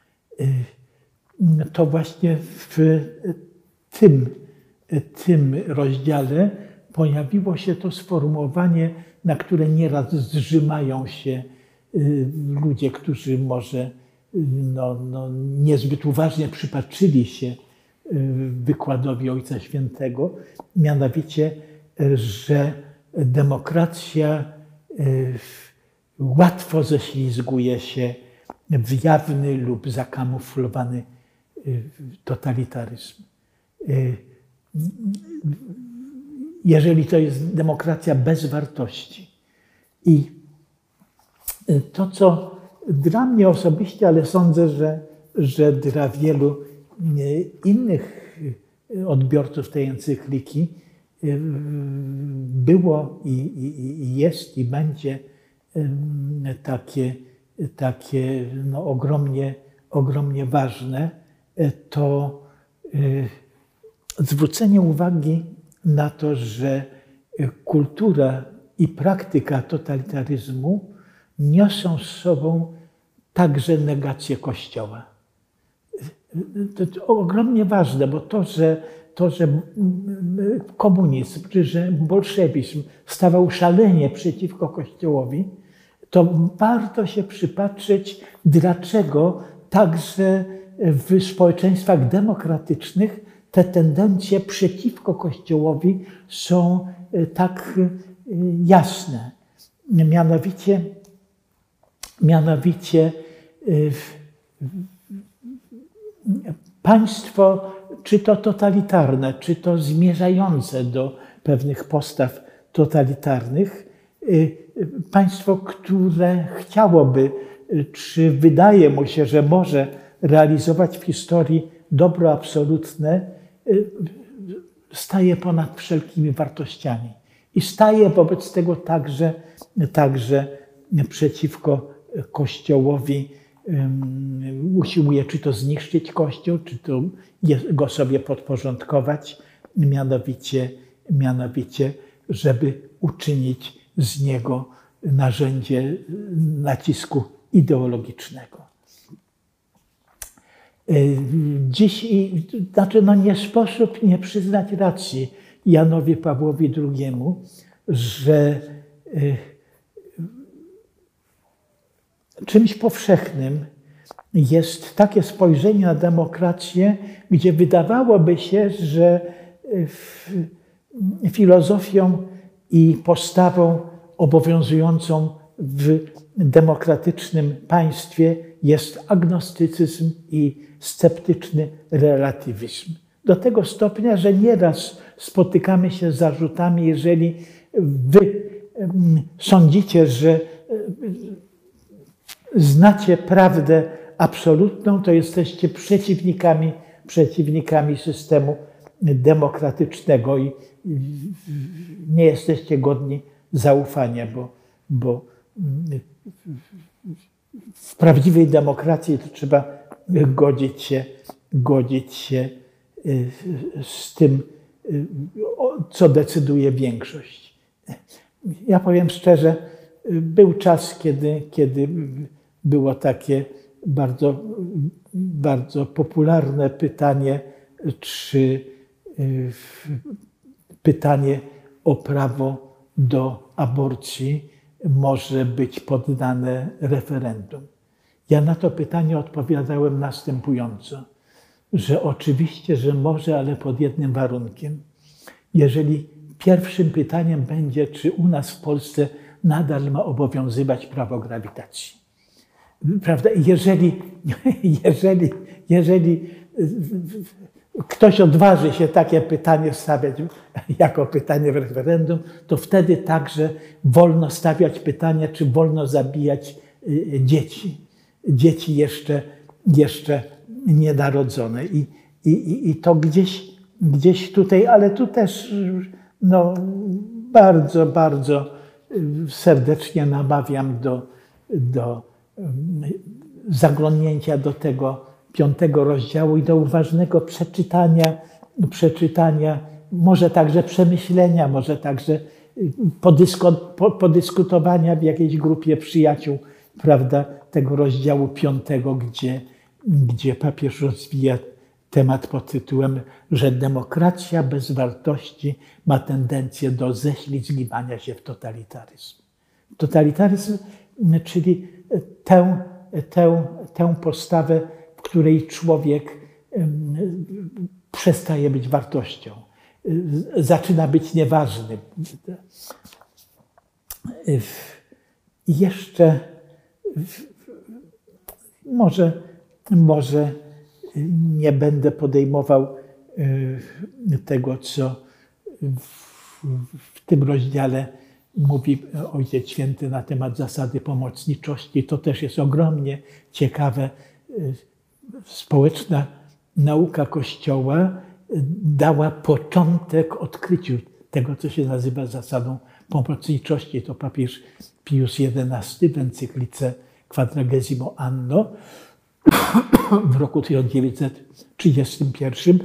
To właśnie w tym rozdziale pojawiło się to sformułowanie, na które nieraz zrzymają się ludzie, którzy może niezbyt uważnie przypatrzyli się wykładowi Ojca Świętego, mianowicie, że demokracja łatwo ześlizguje się w jawny lub zakamuflowany totalitaryzm. Jeżeli to jest demokracja bez wartości. I to, co dla mnie osobiście, ale sądzę, że dla wielu innych odbiorców tej encykliki było i jest i będzie takie ogromnie ważne, to zwrócenie uwagi na to, że kultura i praktyka totalitaryzmu niosą z sobą także negację Kościoła. To ogromnie ważne, bo to, że komunizm czy że bolszewizm stawał szalenie przeciwko Kościołowi, to warto się przypatrzeć, dlaczego także w społeczeństwach demokratycznych te tendencje przeciwko Kościołowi są tak jasne. Mianowicie państwo, czy to totalitarne, czy to zmierzające do pewnych postaw totalitarnych, państwo, które chciałoby, czy wydaje mu się, że może realizować w historii dobro absolutne, staje ponad wszelkimi wartościami. I staje wobec tego także przeciwko Kościołowi, usiłuje czy to zniszczyć Kościół, czy to go sobie podporządkować, mianowicie, żeby uczynić z niego narzędzie nacisku ideologicznego. Dziś, nie sposób nie przyznać racji Janowi Pawłowi II, że czymś powszechnym jest takie spojrzenie na demokrację, gdzie wydawałoby się, że filozofią i postawą obowiązującą w demokratycznym państwie jest agnostycyzm i sceptyczny relatywizm. Do tego stopnia, że nieraz spotykamy się z zarzutami, jeżeli wy sądzicie, że znacie prawdę absolutną, to jesteście przeciwnikami systemu demokratycznego i nie jesteście godni zaufania, bo w prawdziwej demokracji to trzeba godzić się z tym, co decyduje większość. Ja powiem szczerze, był czas, kiedy było takie bardzo, bardzo popularne pytanie, czy pytanie o prawo do aborcji może być poddane referendum. Ja na to pytanie odpowiadałem następująco, że oczywiście, że może, ale pod jednym warunkiem. Jeżeli pierwszym pytaniem będzie, czy u nas w Polsce nadal ma obowiązywać prawo grawitacji. Prawda? Jeżeli ktoś odważy się takie pytanie stawiać jako pytanie w referendum, to wtedy także wolno stawiać pytanie, czy wolno zabijać dzieci. Dzieci jeszcze nienarodzone. I to gdzieś tutaj, ale tu też no, bardzo, bardzo serdecznie namawiam do zaglądnięcia do tego 5 rozdziału i do uważnego przeczytania, może także przemyślenia, może także podyskutowania w jakiejś grupie przyjaciół, prawda, tego rozdziału 5, gdzie papież rozwija temat pod tytułem, że demokracja bez wartości ma tendencję do ześlizgiwania się w totalitaryzm. Totalitaryzm, czyli tę postawę, w której człowiek przestaje być wartością, zaczyna być nieważny. Jeszcze może nie będę podejmował tego, co w tym rozdziale mówi Ojciec Święty na temat zasady pomocniczości. To też jest ogromnie ciekawe. Społeczna nauka Kościoła dała początek odkryciu tego, co się nazywa zasadą pomocniczości. To papież Pius XI w encyklice Quadragesimo Anno w roku 1931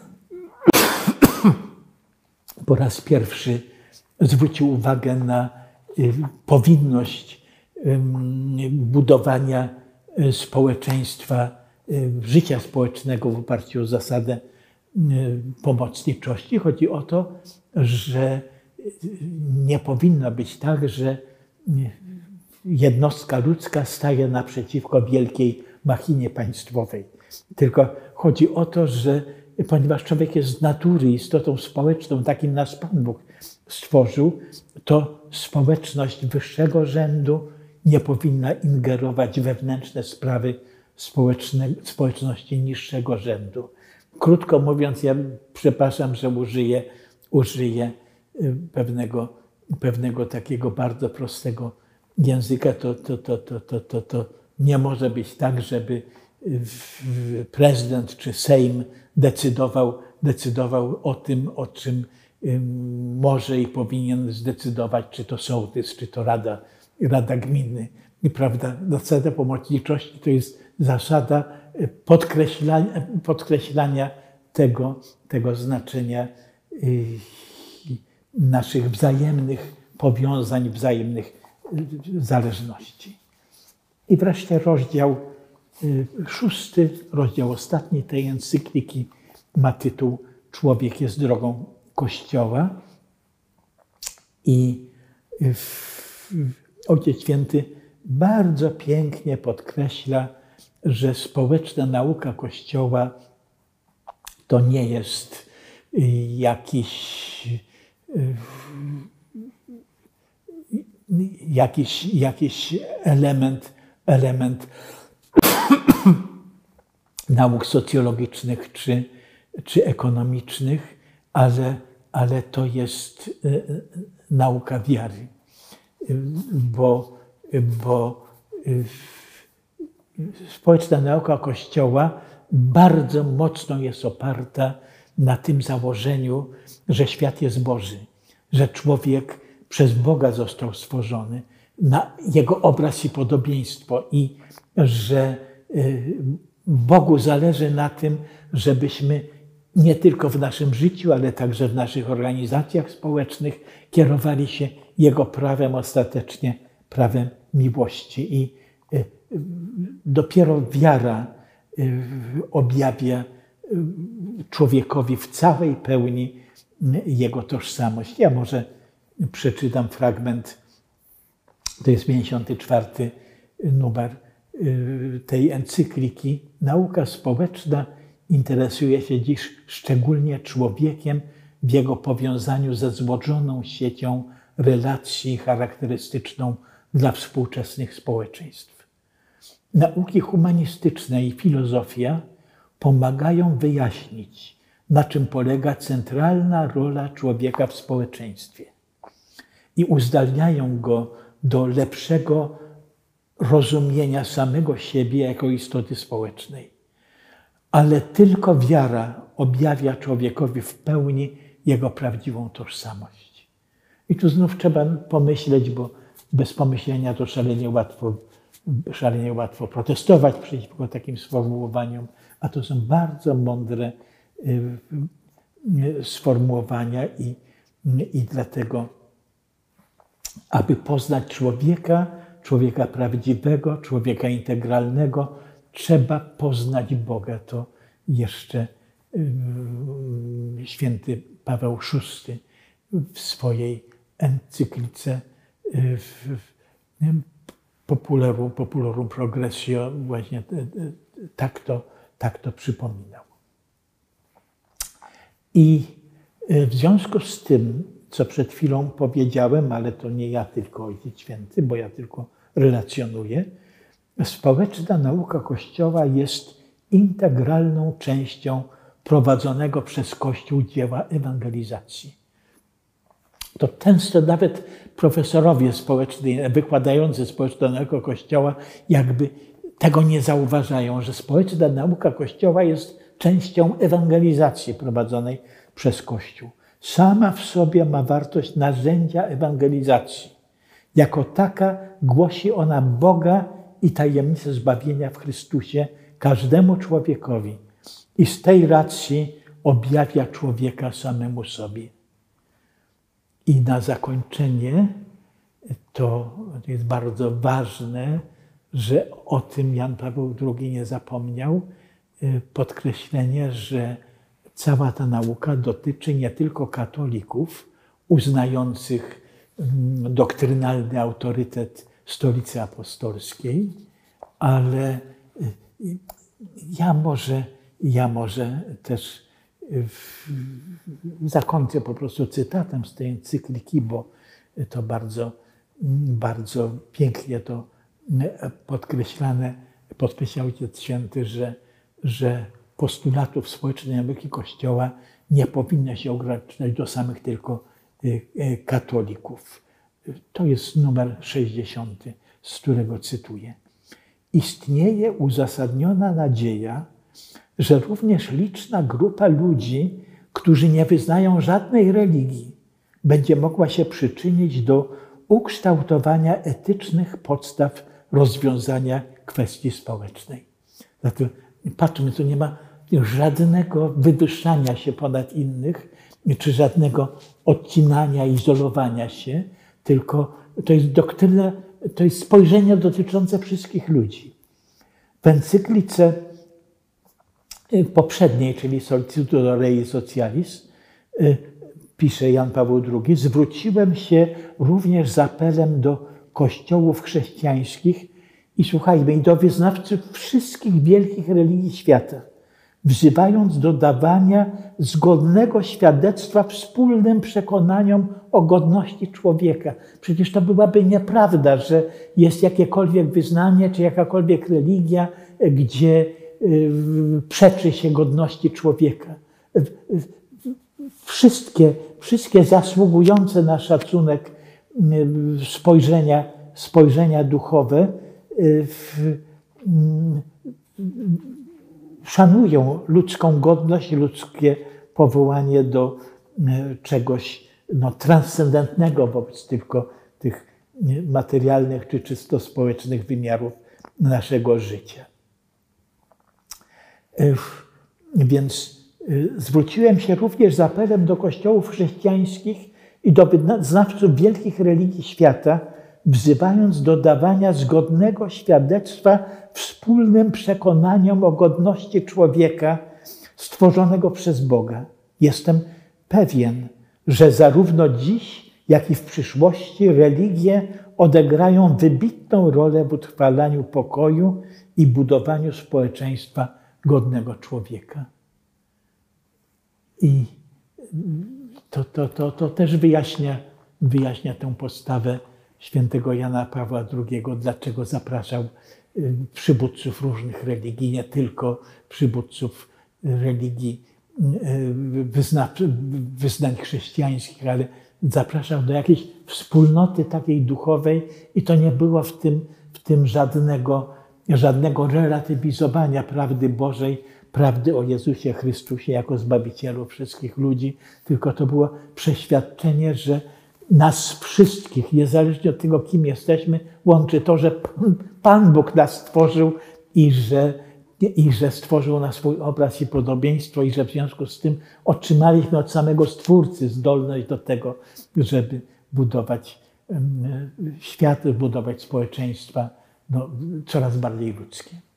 po raz pierwszy zwrócił uwagę na powinność budowania społeczeństwa, życia społecznego w oparciu o zasadę pomocniczości. Chodzi o to, że nie powinno być tak, że jednostka ludzka staje naprzeciwko wielkiej machinie państwowej. Tylko chodzi o to, że ponieważ człowiek jest z natury istotą społeczną, takim nas Pan Bóg stworzył, to społeczność wyższego rzędu nie powinna ingerować w wewnętrzne sprawy społeczności niższego rzędu. Krótko mówiąc, ja przepraszam, że użyję pewnego takiego bardzo prostego języka, to nie może być tak, żeby prezydent czy Sejm decydował o tym, o czym może i powinien zdecydować, czy to sołtys, czy to rada gminy. Prawda? Zasada pomocniczości to jest zasada podkreślania tego znaczenia naszych wzajemnych powiązań, wzajemnych zależności. I wreszcie rozdział 6, rozdział ostatni tej encykliki ma tytuł Człowiek jest drogą Kościoła. I Ojciec Święty bardzo pięknie podkreśla, że społeczna nauka Kościoła to nie jest jakiś element nauk socjologicznych czy ekonomicznych, ale to jest nauka wiary, bo społeczna nauka Kościoła bardzo mocno jest oparta na tym założeniu, że świat jest Boży, że człowiek przez Boga został stworzony, na Jego obraz i podobieństwo i że Bogu zależy na tym, żebyśmy nie tylko w naszym życiu, ale także w naszych organizacjach społecznych kierowali się Jego prawem, ostatecznie prawem miłości. I dopiero wiara objawia człowiekowi w całej pełni jego tożsamość. Ja może przeczytam fragment, to jest 54. numer tej encykliki. Nauka społeczna interesuje się dziś szczególnie człowiekiem w jego powiązaniu ze złożoną siecią relacji charakterystyczną dla współczesnych społeczeństw. Nauki humanistyczne i filozofia pomagają wyjaśnić, na czym polega centralna rola człowieka w społeczeństwie i uzdalniają go do lepszego rozumienia samego siebie jako istoty społecznej. Ale tylko wiara objawia człowiekowi w pełni jego prawdziwą tożsamość. I tu znów trzeba pomyśleć, bo bez pomyślenia to szalenie łatwo protestować przeciwko takim sformułowaniom, a to są bardzo mądre sformułowania i dlatego, aby poznać człowieka prawdziwego, człowieka integralnego, trzeba poznać Boga. To jeszcze święty Paweł VI w swojej encyklice Populorum Progressio właśnie tak to przypominał. I w związku z tym, co przed chwilą powiedziałem, ale to nie ja tylko, Ojciec Święty, bo ja tylko relacjonuję, społeczna nauka Kościoła jest integralną częścią prowadzonego przez Kościół dzieła ewangelizacji. To często nawet profesorowie społeczni, wykładający społeczną naukę Kościoła jakby tego nie zauważają, że społeczna nauka Kościoła jest częścią ewangelizacji prowadzonej przez Kościół. Sama w sobie ma wartość narzędzia ewangelizacji. Jako taka głosi ona Boga i tajemnicę zbawienia w Chrystusie każdemu człowiekowi i z tej racji objawia człowieka samemu sobie. I na zakończenie to jest bardzo ważne, że o tym Jan Paweł II nie zapomniał, podkreślenie, że cała ta nauka dotyczy nie tylko katolików uznających doktrynalny autorytet Stolicy Apostolskiej, ale ja może też zakończę po prostu cytatem z tej encykliki, bo to bardzo, bardzo pięknie to podkreślał Ojciec Święty, że postulatów społecznej nauki Kościoła nie powinno się ograniczać do samych tylko katolików. To jest numer 60, z którego cytuję. Istnieje uzasadniona nadzieja, że również liczna grupa ludzi, którzy nie wyznają żadnej religii, będzie mogła się przyczynić do ukształtowania etycznych podstaw rozwiązania kwestii społecznej. Dlatego patrzmy, tu nie ma żadnego wywyższania się ponad innych, czy żadnego odcinania, izolowania się, tylko to jest doktryna, to jest spojrzenie dotyczące wszystkich ludzi. W encyklice poprzedniej, czyli Sollicitudo Rei Socialis, pisze Jan Paweł II, zwróciłem się również z apelem do kościołów chrześcijańskich i słuchajmy, i do wyznawców wszystkich wielkich religii świata, wzywając do dawania zgodnego świadectwa wspólnym przekonaniom o godności człowieka. Przecież to byłaby nieprawda, że jest jakiekolwiek wyznanie czy jakakolwiek religia, gdzie przeczy się godności człowieka. Wszystkie zasługujące na szacunek spojrzenia duchowe szanują ludzką godność, ludzkie powołanie do czegoś transcendentnego wobec tylko tych materialnych czy czysto społecznych wymiarów naszego życia. Więc zwróciłem się również z apelem do kościołów chrześcijańskich i do wyznawców wielkich religii świata, wzywając do dawania zgodnego świadectwa wspólnym przekonaniom o godności człowieka stworzonego przez Boga. Jestem pewien, że zarówno dziś, jak i w przyszłości religie odegrają wybitną rolę w utrwalaniu pokoju i budowaniu społeczeństwa godnego człowieka. I to też wyjaśnia tę postawę świętego Jana Pawła II, dlaczego zapraszał przywódców różnych religii, nie tylko przywódców religii wyznań chrześcijańskich, ale zapraszał do jakiejś wspólnoty takiej duchowej i to nie było w tym żadnego relatywizowania prawdy Bożej, prawdy o Jezusie Chrystusie jako Zbawicielu wszystkich ludzi, tylko to było przeświadczenie, że nas wszystkich, niezależnie od tego, kim jesteśmy, łączy to, że Pan Bóg nas stworzył i że stworzył na swój obraz i podobieństwo i że w związku z tym otrzymaliśmy od samego Stwórcy zdolność do tego, żeby budować świat, budować społeczeństwa coraz bardziej ludzkie.